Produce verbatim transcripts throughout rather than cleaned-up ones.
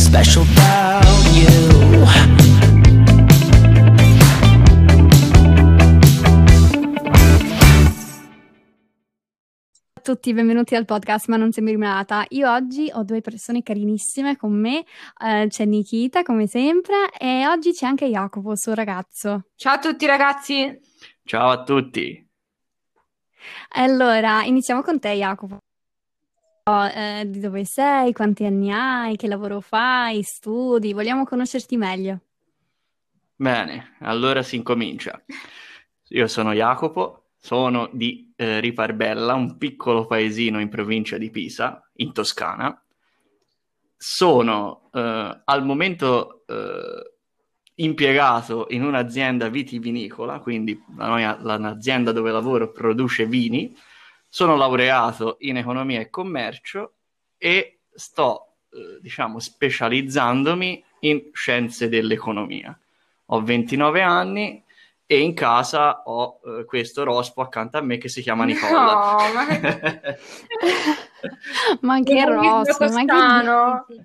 special about you. Ciao a tutti, benvenuti al podcast Ma non sembri malata. Io oggi ho due persone carinissime con me, eh, c'è Nikita come sempre e oggi c'è anche Jacopo, suo ragazzo. Ciao a tutti ragazzi. Ciao a tutti. Allora, iniziamo con te Jacopo. Eh, di dove sei, quanti anni hai, che lavoro fai, studi, vogliamo conoscerti meglio. Bene, allora si incomincia. Io sono Jacopo, sono di eh, Riparbella, un piccolo paesino in provincia di Pisa, in Toscana. Sono eh, al momento eh, impiegato in un'azienda vitivinicola, quindi la mia, la, l'azienda dove lavoro produce vini. Sono laureato in economia e commercio e sto, eh, diciamo, specializzandomi in scienze dell'economia. Ho ventinove anni e in casa ho eh, questo rospo accanto a me che si chiama Nicola. No, ma... Ma che rosso, ma che...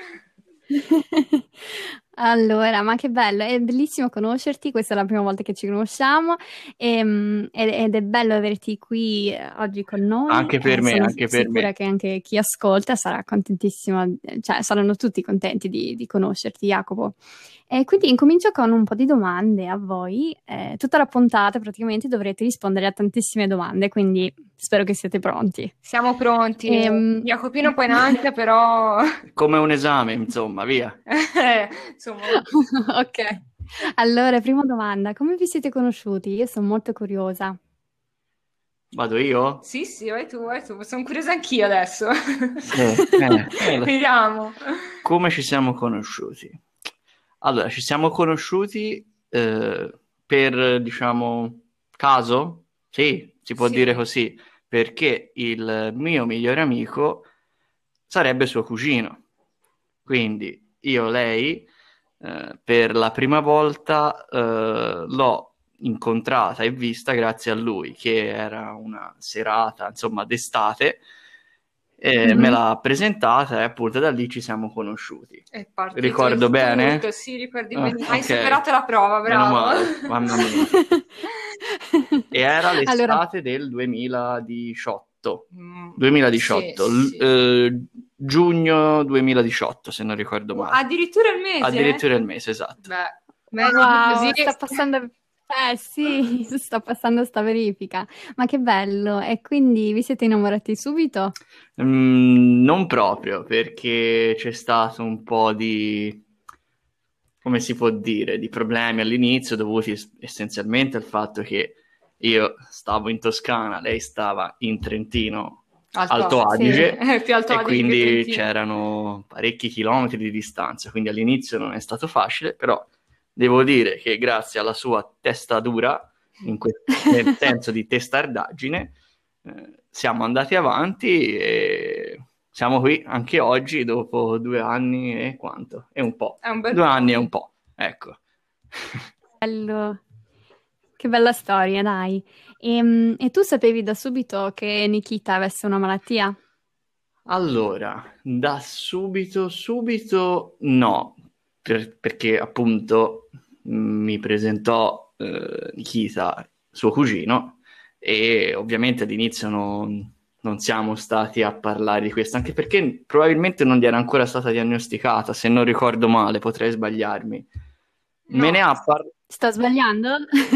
Allora, ma che bello, è bellissimo conoscerti, questa è la prima volta che ci conosciamo e, ed, ed è bello averti qui oggi con noi. Anche per eh, me, sono anche per sicura me. che anche chi ascolta sarà contentissimo, cioè saranno tutti contenti di, di conoscerti, Jacopo. E quindi incomincio con un po' di domande a voi, eh, tutta la puntata praticamente dovrete rispondere a tantissime domande, quindi spero che siete pronti. Siamo pronti. Ehm... Jacopino un po' in ansia, però... Come un esame, insomma, via. Insomma. Ok, allora, prima domanda, come vi siete conosciuti? Io sono molto curiosa. Vado io? Sì, sì, vai tu, vai tu. Sono curiosa anch'io adesso. Eh, eh, eh, Vediamo. Come ci siamo conosciuti? Allora, ci siamo conosciuti eh, per, diciamo, caso? Sì, si può Sì. dire così, perché il mio migliore amico sarebbe suo cugino. Quindi io lei, eh, per la prima volta, eh, l'ho incontrata e vista grazie a lui, che era una serata, insomma, d'estate, e Mhm. me l'ha presentata e appunto da lì ci siamo conosciuti. È partito Ricordo il bene? tutto, sì, ricordi Ah, bene. Hai ok. superato la prova, Meno bravo. male, mamma mia. E era l'estate Allora, del duemiladiciotto. Mm, duemiladiciotto, sì, l- sì. eh, giugno duemiladiciotto, se non ricordo male. Addirittura il mese? Addirittura il mese, esatto. Beh, meglio di wow, così. sta passando... Eh sì, sta passando sta verifica. Ma che bello! E quindi vi siete innamorati subito? Mm, non proprio, perché c'è stato un po' di, come si può dire, di problemi all'inizio dovuti es- essenzialmente al fatto che io stavo in Toscana, lei stava in Trentino, Alto, Alto Sì. Adige, Eh, più Alto e Adige che quindi Trentino. c'erano parecchi chilometri di distanza, quindi all'inizio non è stato facile, però devo dire che grazie alla sua testa dura, in que- nel senso di testardaggine, eh, siamo andati avanti e siamo qui anche oggi dopo due anni e quanto? E un po'. È un bel Due po'. anni e un po', ecco. Bello. Che bella storia, dai. E, e tu sapevi da subito che Nikita avesse una malattia? Allora, da subito, subito no, per- perché appunto mh, mi presentò eh, Nikita, suo cugino, e ovviamente all'inizio non, non siamo stati a parlare di questo, anche perché probabilmente non gli era ancora stata diagnosticata, se non ricordo male, potrei sbagliarmi. Me No. ne ha parlato. Sto sbagliando?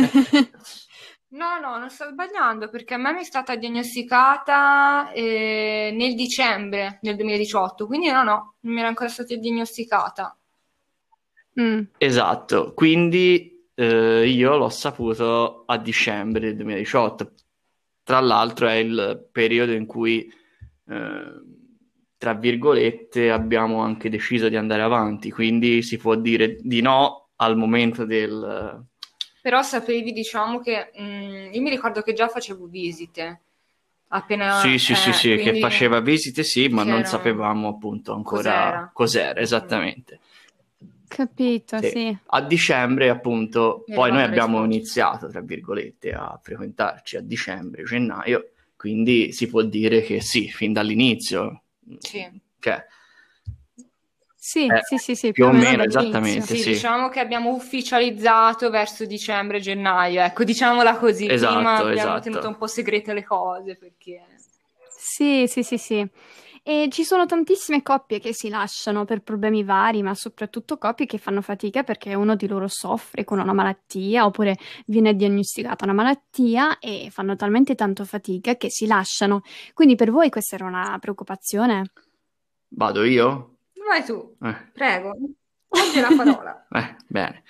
No, no, non sto sbagliando perché a me mi è stata diagnosticata eh, nel dicembre del duemiladiciotto, quindi no, no, non mi era ancora stata diagnosticata. Mm. Esatto, quindi eh, io l'ho saputo a dicembre del duemiladiciotto. Tra l'altro è il periodo in cui, eh, tra virgolette, abbiamo anche deciso di andare avanti, quindi si può dire di no al momento del... Però sapevi, diciamo che mh, io mi ricordo che già facevo visite. Appena, Sì, sì, sì, eh, sì, che quindi faceva visite, sì, ma non c'era- sapevamo appunto ancora cos'era. cos'era, esattamente. Capito, Sì. sì. A dicembre, appunto, Mi è poi noi arrivata la abbiamo risposta. iniziato, tra virgolette, a frequentarci a dicembre, gennaio, quindi si può dire che sì, fin dall'inizio. Sì. Cioè, Sì, Eh, sì, sì, sì, più più o o meno meno, dall'inizio. esattamente, Sì, sì. diciamo che abbiamo ufficializzato verso dicembre-gennaio, ecco, diciamola così. Prima Esatto, abbiamo tenuto esatto. un po' segrete le cose perché... Sì, sì, sì, sì. E ci sono tantissime coppie che si lasciano per problemi vari, ma soprattutto coppie che fanno fatica perché uno di loro soffre con una malattia oppure viene diagnosticata una malattia e fanno talmente tanto fatica che si lasciano. Quindi per voi questa era una preoccupazione? Vado io? Vai tu, Eh. prego, oggi è la parola. Eh, bene.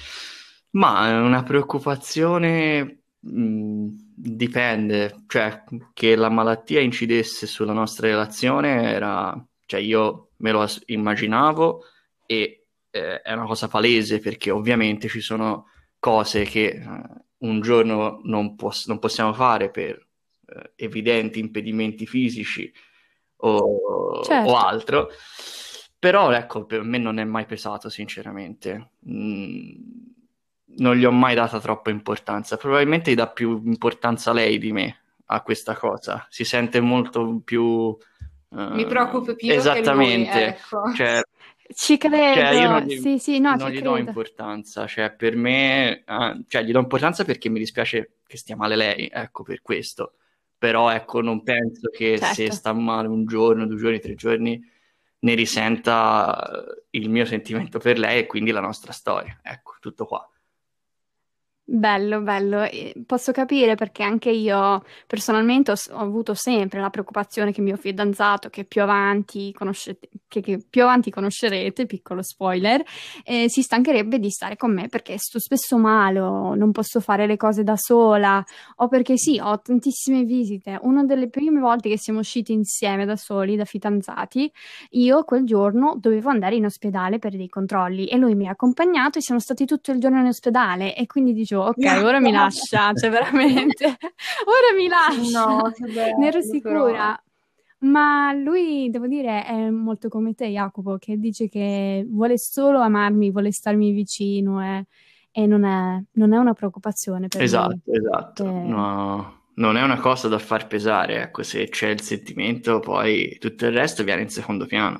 Ma è una preoccupazione mh, dipende, cioè che la malattia incidesse sulla nostra relazione era, cioè io me lo as- immaginavo e eh, è una cosa palese perché ovviamente ci sono cose che eh, un giorno non, pos- non possiamo fare per eh, evidenti impedimenti fisici o, o Certo. altro. Però ecco, per me non è mai pesato, sinceramente. Mm, non gli ho mai data troppa importanza. Probabilmente gli dà più importanza lei di me a questa cosa. Si sente molto più... Mi eh, preoccupo più io che lui, esattamente. ecco. Cioè, Ci cioè, io non credo, gli, sì, sì, no, non ci gli do credo. importanza. Cioè, per me... eh, cioè, gli do importanza perché mi dispiace che stia male lei, ecco, per questo. Però, ecco, non penso che se Certo. sta male un giorno, due giorni, tre giorni ne risenta eh, il mio sentimento per lei e quindi la nostra storia. Ecco, tutto qua. Bello, bello. E posso capire perché anche io personalmente ho, s- ho avuto sempre la preoccupazione che mio fidanzato, che più avanti, conoscete, che, che più avanti conoscerete, piccolo spoiler, eh, si stancherebbe di stare con me perché sto spesso male o non posso fare le cose da sola o perché sì, ho tantissime visite. Una delle prime volte che siamo usciti insieme da soli, da fidanzati, io quel giorno dovevo andare in ospedale per dei controlli e lui mi ha accompagnato e siamo stati tutto il giorno in ospedale e quindi dicevo, ok, ora mi lascia, cioè veramente, ora mi lascia, No, che ne ero bello però. sicura. Ma lui, devo dire, è molto come te, Jacopo, che dice che vuole solo amarmi, vuole starmi vicino e, e non è, non è una preoccupazione per lui. Esatto, esatto. Eh, No, non è una cosa da far pesare, ecco, se c'è il sentimento, poi tutto il resto viene in secondo piano.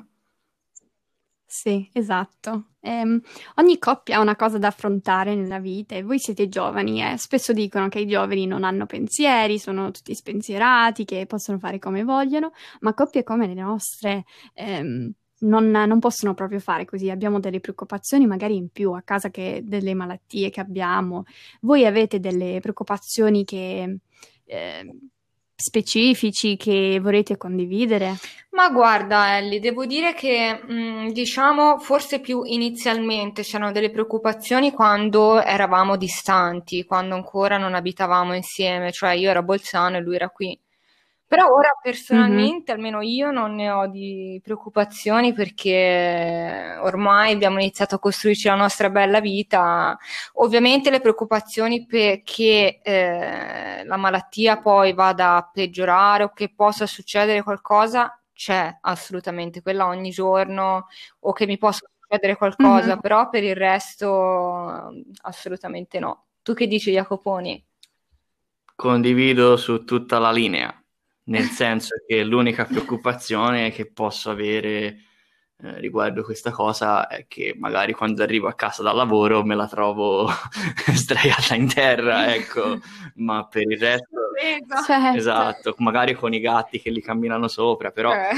Sì, esatto. Ehm, ogni coppia ha una cosa da affrontare nella vita e voi siete giovani e spesso dicono che i giovani non hanno pensieri, sono tutti spensierati, che possono fare come vogliono, ma coppie come le nostre ehm, non, non possono proprio fare così. Abbiamo delle preoccupazioni magari in più a casa che delle malattie che abbiamo. Voi avete delle preoccupazioni che, ehm, specifici che vorrete condividere? Ma guarda, Ellie, devo dire che, mh, diciamo, forse più inizialmente c'erano delle preoccupazioni quando eravamo distanti, quando ancora non abitavamo insieme, cioè io ero a Bolzano e lui era qui. Però ora Mhm. personalmente, almeno io, non ne ho di preoccupazioni perché ormai abbiamo iniziato a costruirci la nostra bella vita. Ovviamente le preoccupazioni per che eh, la malattia poi vada a peggiorare o che possa succedere qualcosa, c'è assolutamente quella ogni giorno o che mi possa succedere qualcosa, Mhm. però per il resto assolutamente no. Tu che dici, Jacoponi? Condivido su tutta la linea, nel senso che l'unica preoccupazione che posso avere eh, riguardo questa cosa è che magari quando arrivo a casa dal lavoro me la trovo sdraiata in terra, ecco, ma per il resto, Sorpresa. Certo. esatto, magari con i gatti che li camminano sopra, però Eh.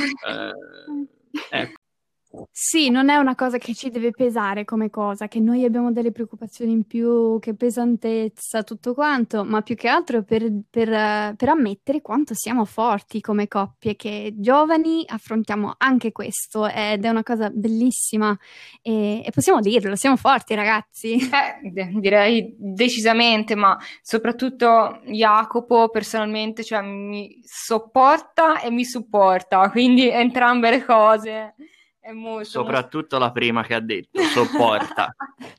eh, ecco. Sì, non è una cosa che ci deve pesare come cosa, che noi abbiamo delle preoccupazioni in più, che pesantezza, tutto quanto, ma più che altro per, per, eh, per ammettere quanto siamo forti come coppie, che giovani affrontiamo anche questo ed è una cosa bellissima e, e possiamo dirlo, siamo forti ragazzi. Eh, de- direi decisamente, ma soprattutto Jacopo personalmente, cioè, mi sopporta e mi supporta, quindi entrambe le cose. È molto, molto... Soprattutto la prima che ha detto, sopporta.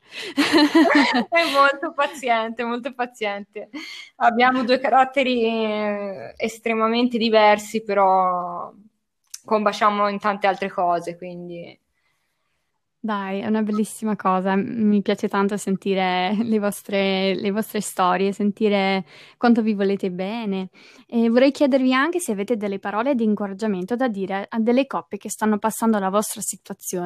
È molto paziente, molto paziente. Abbiamo due caratteri eh, estremamente diversi, però combaciamo in tante altre cose, quindi... Dai, è una bellissima cosa. Mi piace tanto sentire le vostre, le vostre storie, sentire quanto vi volete bene. E vorrei chiedervi anche se avete delle parole di incoraggiamento da dire a delle coppie che stanno passando la vostra situazione.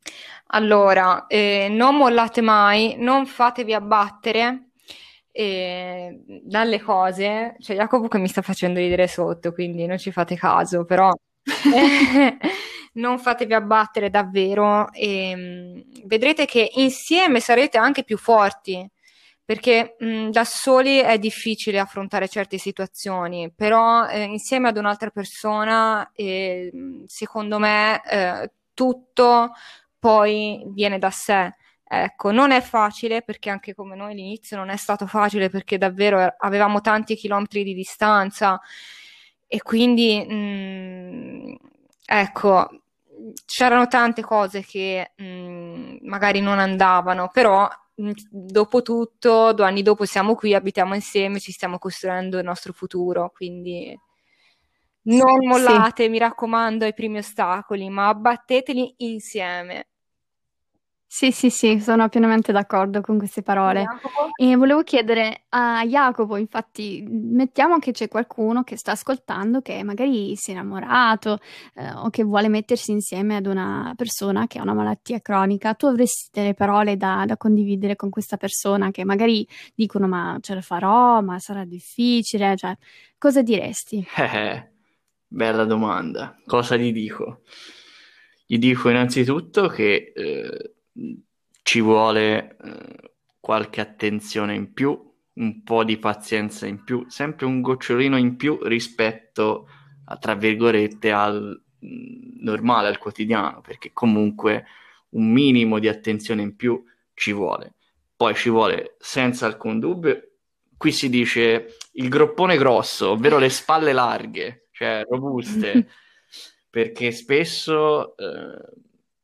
Allora, eh, non mollate mai, non fatevi abbattere eh, dalle cose. C'è Jacopo che mi sta facendo ridere sotto, quindi non ci fate caso, però eh, non fatevi abbattere davvero e mh, vedrete che insieme sarete anche più forti, perché mh, da soli è difficile affrontare certe situazioni, però eh, insieme ad un'altra persona, eh, mh, secondo me, eh, tutto poi viene da sé. Ecco, non è facile perché anche come noi all'inizio non è stato facile perché davvero eh, avevamo tanti chilometri di distanza e quindi mh, ecco, c'erano tante cose che mh, magari non andavano, però mh, dopo tutto, due anni dopo siamo qui, abitiamo insieme, ci stiamo costruendo il nostro futuro, quindi non Sì, mollate, mi raccomando, ai primi ostacoli, ma abbatteteli insieme. sì, sì, sì, sono pienamente d'accordo con queste parole. Jacopo? E volevo chiedere a Jacopo, infatti, mettiamo che c'è qualcuno che sta ascoltando che magari si è innamorato, eh, o che vuole mettersi insieme ad una persona che ha una malattia cronica. Tu avresti delle parole da, da condividere con questa persona che magari dicono ma ce la farò, ma sarà difficile, cioè, cosa diresti? Eh, bella domanda. Cosa gli dico? Gli dico innanzitutto che eh, ci vuole eh, qualche attenzione in più, un po' di pazienza in più, sempre un gocciolino in più rispetto a, tra virgolette, al mh, normale, al quotidiano, perché comunque un minimo di attenzione in più ci vuole. Poi ci vuole senza alcun dubbio, qui si dice il groppone grosso, ovvero le spalle larghe, cioè robuste, perché spesso eh,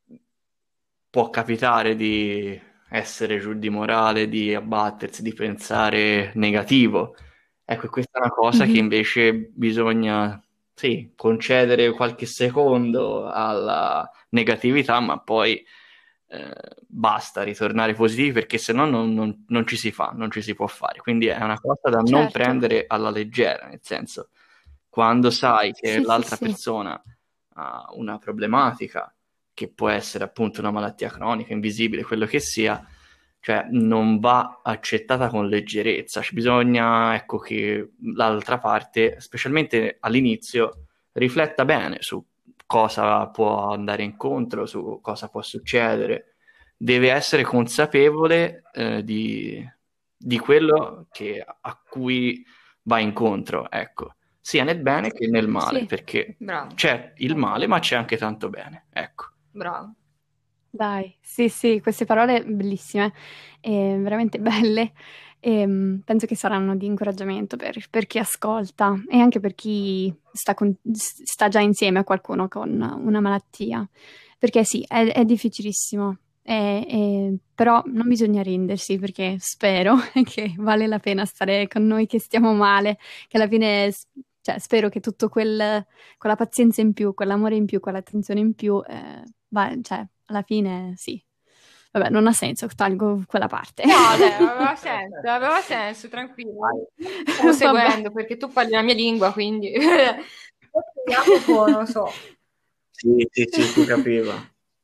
può capitare di essere giù di morale, di abbattersi, di pensare negativo. Ecco, e questa è una cosa che Mhm. invece bisogna, sì, concedere qualche secondo alla negatività, ma poi eh, basta ritornare positivi perché se no non, non- non ci si fa, non ci si può fare. Quindi è una cosa da non Certo, prendere alla leggera, nel senso, quando sai che sì, sì, l'altra sì. persona ha una problematica, che può essere appunto una malattia cronica, invisibile, quello che sia, cioè non va accettata con leggerezza. Ci bisogna, ecco, che l'altra parte, specialmente all'inizio, rifletta bene su cosa può andare incontro, su cosa può succedere. Deve essere consapevole eh, di, di quello che, a cui va incontro, ecco, sia nel bene che nel male, Sì, perché Bravo, c'è il male, ma c'è anche tanto bene, ecco. bravo. dai, sì, sì, queste parole bellissime, e veramente belle. E, mm, penso che saranno di incoraggiamento per, per chi ascolta e anche per chi sta, con- s- sta già insieme a qualcuno con una malattia. Perché sì, è, è difficilissimo, e- e- però non bisogna rendersi perché spero che vale la pena stare con noi che stiamo male, che alla fine, s- cioè, spero che tutto quel, quella pazienza in più, quell'amore in più, quell'attenzione in più, eh, va- cioè, alla fine sì. Vabbè, non ha senso, tolgo quella parte. No, dai, aveva senso, aveva senso, tranquillo. Stavo Vabbè. seguendo perché tu parli la mia lingua, quindi forse Jacopo, non lo so. Sì, sì, sì, si capiva.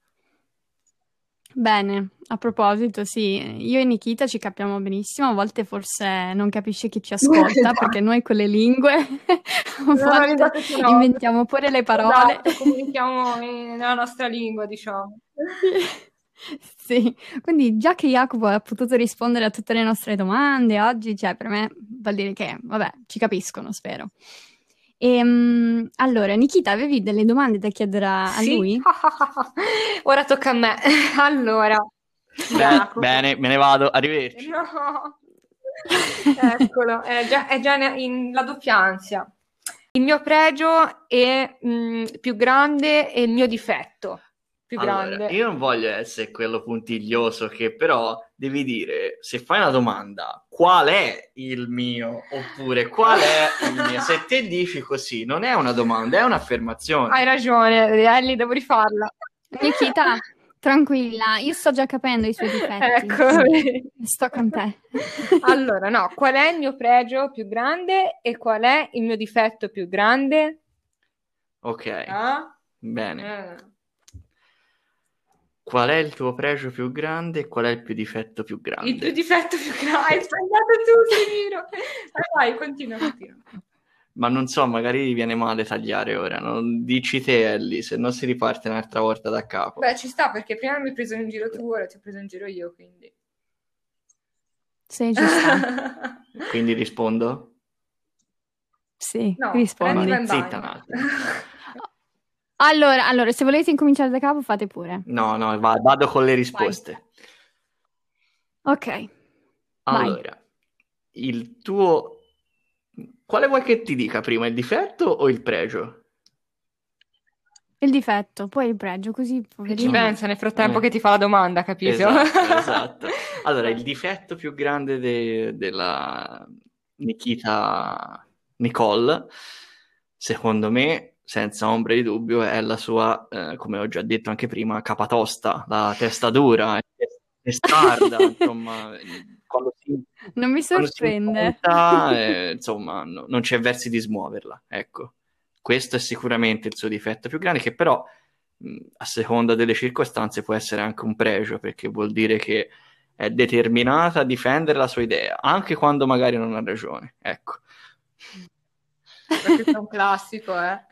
Bene, a proposito, sì, io e Nikita ci capiamo benissimo, a volte forse non capisce chi ci ascolta, perché Esatto. noi con le lingue a Non ho volte arrivato fino a- inventiamo pure le parole. Esatto, comunichiamo in- nella nostra lingua, diciamo. Sì, quindi già che Jacopo ha potuto rispondere a tutte le nostre domande oggi, cioè per me vuol dire che, vabbè, ci capiscono, spero. Ehm, allora, Nikita, avevi delle domande da chiedere a a Sì, lui? ora tocca a me. Allora, Beh, Jacopo. bene, me ne vado, arrivederci. No, eccolo, è già, è già in la doppia ansia. Il mio pregio è mh, più grande e il mio difetto più Allora, grande. io non voglio essere quello puntiglioso che però devi dire, se fai una domanda, qual è il mio? Oppure qual è il mio? Se te dici così, non è una domanda, è un'affermazione. Hai ragione, Ellie, devo rifarla. Nikita, tranquilla, io sto già capendo i suoi difetti, Ecco. quindi sto con te. Allora, no, qual è il mio pregio più grande e qual è il mio difetto più grande? Ok, Ah? bene. Eh. qual è il tuo pregio più grande e qual è il più difetto più Il più grande? difetto più grande, hai sbagliato tu, Semiro. Vai, vai, continua, continua. Ma non so, magari viene male tagliare ora. Non dici te, Ellie, se no si riparte un'altra volta da capo. Beh, ci sta perché prima mi hai preso in giro tu, ora ti ho preso in giro io, quindi. Sì, ci sta. Quindi rispondo? Sì, No, rispondi. prendi Zitta Bandai. un attimo. Allora, allora, se volete incominciare da capo, fate pure. No, no, va- vado con le risposte. Ok, vai. Allora, il tuo... Quale vuoi che ti dica prima, il difetto o il pregio? Il difetto, poi il pregio, così Che ci poverino. pensa nel frattempo Eh. che ti fa la domanda, capito? Esatto, esatto. Allora, il difetto più grande de- della Nikita Nicole, secondo me, senza ombra di dubbio, è la sua, eh, come ho già detto anche prima, capatosta, la testa dura, è testarda, insomma, quando si, Non mi quando si sorprende. incontra, eh, insomma, no- non c'è versi di smuoverla, ecco. Questo è sicuramente il suo difetto più grande, che però mh, a seconda delle circostanze può essere anche un pregio, perché vuol dire che è determinata a difendere la sua idea, anche quando magari non ha ragione. Ecco. Questo è un classico, eh.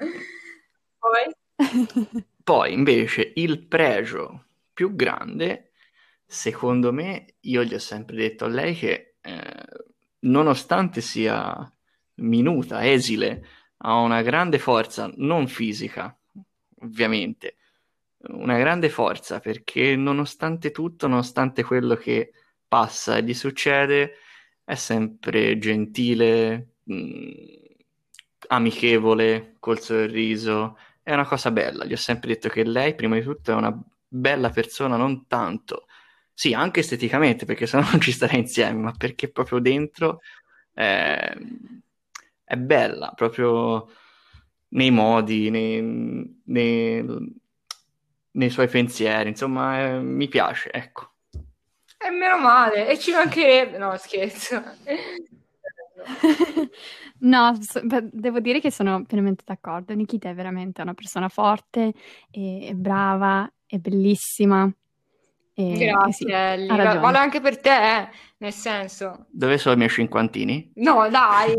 Poi? Poi invece il pregio più grande, secondo me, io gli ho sempre detto a lei che eh, nonostante sia minuta, esile, ha una grande forza, non fisica, ovviamente, una grande forza perché nonostante tutto, nonostante quello che passa e gli succede, è sempre gentile, mh, amichevole, col sorriso. È una cosa bella. Gli ho sempre detto che lei, prima di tutto, è una bella persona, non tanto. Sì, anche esteticamente, perché sennò non ci starei insieme, ma perché proprio dentro è, è bella, proprio nei modi, nei, nei- nei suoi pensieri, insomma, eh, mi piace, ecco. E meno male, e ci mancherebbe. No, scherzo. No, so- beh, devo dire che sono pienamente d'accordo. Nikita è veramente una persona forte, e, e brava, è bellissima. E, e sì, Grazie, ha Ellie. Va- ragione. Vale anche per te, eh, nel senso. Dove sono i miei cinquantini? No, dai.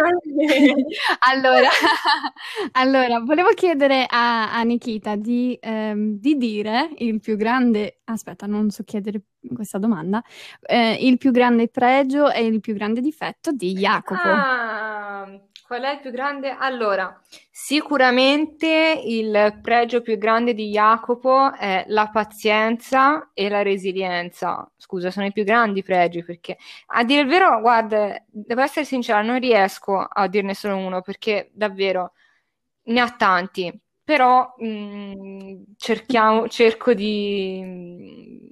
Allora, allora, volevo chiedere a, a Nikita di, ehm, di dire il più grande, aspetta, non so chiedere questa domanda, eh, il più grande pregio e il più grande difetto di Jacopo. Ah, qual è il più grande? Allora, sicuramente il pregio più grande di Jacopo è la pazienza e la resilienza. Scusa, sono i più grandi pregi perché, a dire il vero, guarda, devo essere sincera, non riesco a dirne solo uno perché davvero ne ha tanti, però mh, cerchiamo, cerco di...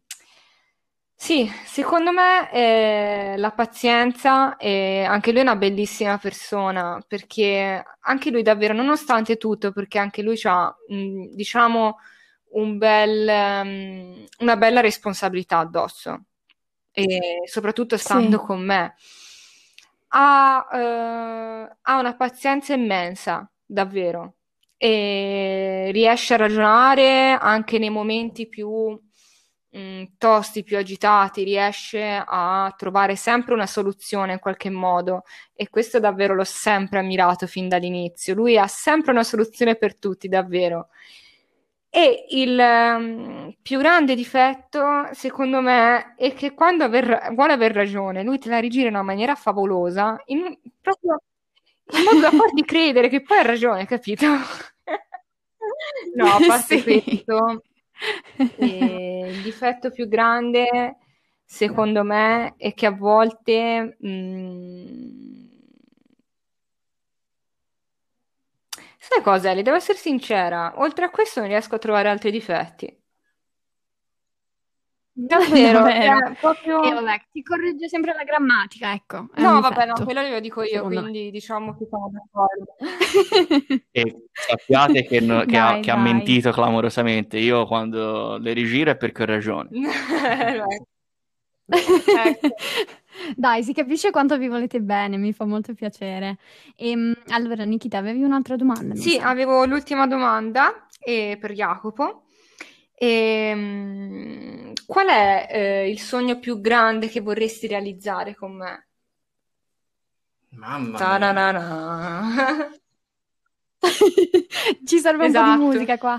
Sì, secondo me eh, la pazienza, e anche lui è una bellissima persona, perché anche lui davvero, nonostante tutto, perché anche lui ha, diciamo, un bel, ehm, una bella responsabilità addosso, e soprattutto stando Sì. con me, ha, eh, ha una pazienza immensa, davvero, e riesce a ragionare anche nei momenti più mh, tosti, più agitati, riesce a trovare sempre una soluzione in qualche modo, e questo davvero l'ho sempre ammirato fin dall'inizio. Lui ha sempre una soluzione per tutti, davvero. E il ehm, più grande difetto, secondo me, è che quando aver- vuole aver ragione, lui te la rigira in una maniera favolosa, in, proprio in modo da farti credere che poi ha ragione, capito? No, a parte Sì. questo, eh, il difetto più grande, secondo me, è che a volte mh, sai cosa, Eli? Devo essere sincera, oltre a questo non riesco a trovare altri difetti. Davvero, Davvero. cioè, proprio... E vabbè, ti corregge sempre la grammatica, ecco, è No, un vabbè, no, difetto, quello glielo dico io, secondo me. quindi diciamo che siamo d'accordo. E sappiate che, no- che ha, Dai, che ha dai. mentito clamorosamente. Io quando le rigiro è perché ho ragione. Ecco. Dai, si capisce quanto vi volete bene, mi fa molto piacere. Ehm, allora, Nikita, avevi un'altra domanda, mi Sì, sa. avevo l'ultima domanda eh, per Jacopo. E, qual è eh, il sogno più grande che vorresti realizzare con me? Mamma mia. Ta-na-na-na. Ci serve un po' di Esatto. musica qua.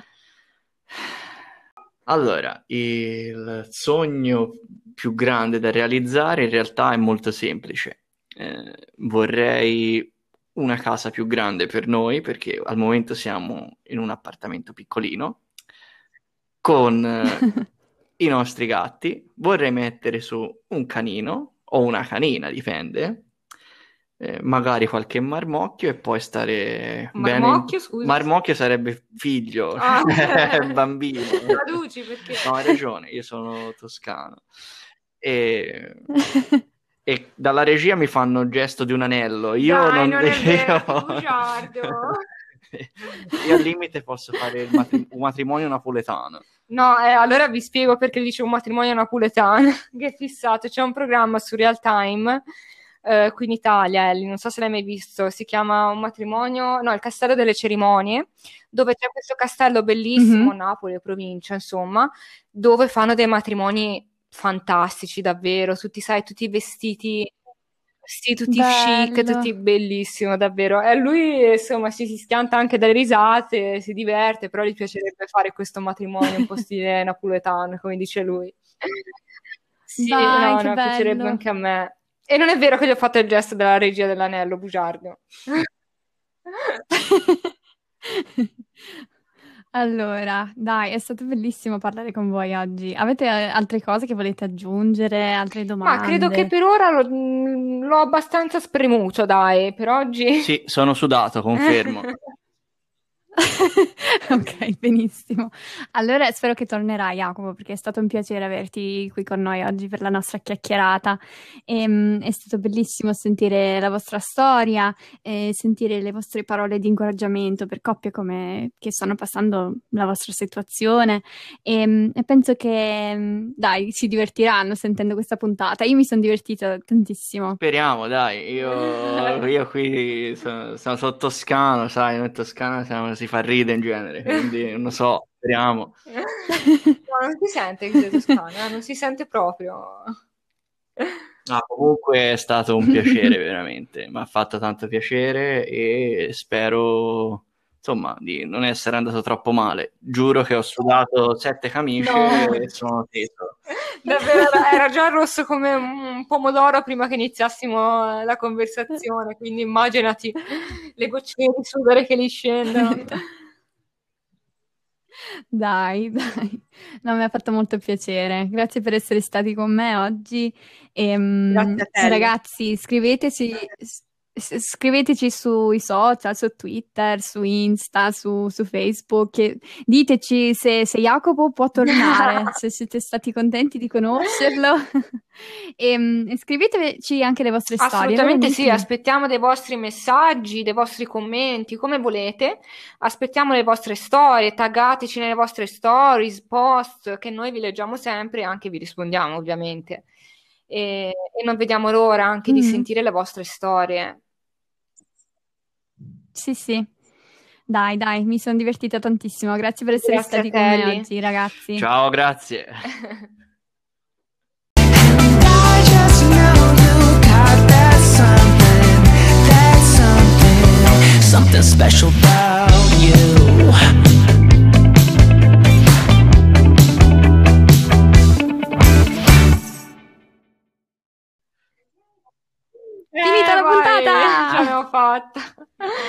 Allora, il sogno più grande da realizzare in realtà è molto semplice. Eh, vorrei una casa più grande per noi, perché al momento siamo in un appartamento piccolino, con eh, i nostri gatti. Vorrei mettere su un canino o una canina, dipende. Eh, magari qualche marmocchio e poi stare bene. Marmocchio, scusa? Marmocchio sarebbe figlio, Ah. bambino. Traduci perché... No, hai ragione, io sono toscano. E, e dalla regia mi fanno gesto di un anello. Io Dai, non, non è vero, io- che bugiardo. Io al limite posso fare il matri- un matrimonio napoletano. No, eh, allora vi spiego perché dice un matrimonio napoletano, che è fissato. C'è un programma su Real Time eh, qui in Italia, Ellie, non so se l'hai mai visto, si chiama Un matrimonio, no, il Castello delle Cerimonie, dove c'è questo castello bellissimo, Mhm. Napoli, provincia, insomma, dove fanno dei matrimoni fantastici, davvero, tutti, sai, tutti vestiti, sì, tutti chic, Bello. tutti bellissimo, davvero. E lui, insomma, si, si schianta anche dalle risate, si diverte, però gli piacerebbe fare questo matrimonio un po' stile napoletano, come dice lui. Sì, Dai, no, che no, piacerebbe bello. anche a me. E non è vero che gli ho fatto il gesto della regia dell'anello, bugiardo. Allora, dai, è stato bellissimo parlare con voi oggi. Avete eh, altre cose che volete aggiungere? Altre Ma credo che domande? per ora lo- mh, l'ho abbastanza spremuto, dai, per oggi. Sì, sono sudato, confermo. Ok, benissimo. Allora spero che tornerai, Jacopo, perché è stato un piacere averti qui con noi oggi per la nostra chiacchierata. Ehm, è stato bellissimo sentire la vostra storia e sentire le vostre parole di incoraggiamento per coppie come che stanno passando la vostra situazione. Ehm, E, penso che, mm, dai, si divertiranno sentendo questa puntata. Io mi sono divertita tantissimo. Speriamo, dai, io, io qui sono, sono, sono toscano, sai, noi in Toscana siamo- si fa ridere in genere, quindi non lo so, speriamo. No, non si sente che sei toscana, non si sente proprio. Ah, comunque è stato un piacere, veramente, mi ha fatto tanto piacere e spero, insomma, di non essere andato troppo male. Giuro che ho sudato sette camicie No. e sono teso. Davvero era, era già rosso come un pomodoro prima che iniziassimo la conversazione, quindi immaginati le goccine di sudore che gli scendono. Dai, dai, no, mi ha fatto molto piacere. Grazie per essere stati con me oggi. Ehm, Grazie a te, Ellie. ragazzi, scriveteci, s- s- scriveteci sui social, su Twitter, su Insta, su, su Facebook. e diteci se, se Jacopo può tornare, se siete stati contenti di conoscerlo. Ehm, E, scriveteci anche le vostre storie. Assolutamente sì, veramente. aspettiamo dei vostri messaggi, dei vostri commenti, come volete. Aspettiamo le vostre storie, taggateci nelle vostre stories, post, che noi vi leggiamo sempre e anche vi rispondiamo, ovviamente. E, e non vediamo l'ora anche di Mhm. sentire le vostre storie. Sì, sì. Dai, dai, mi sono divertita tantissimo. Grazie per essere Grazie a stati te, con me Ellie. oggi, ragazzi. Ciao, grazie. I just know you got that something, that something, something special about you. Finita Eh, la vai, puntata! ce l'abbiamo fatta.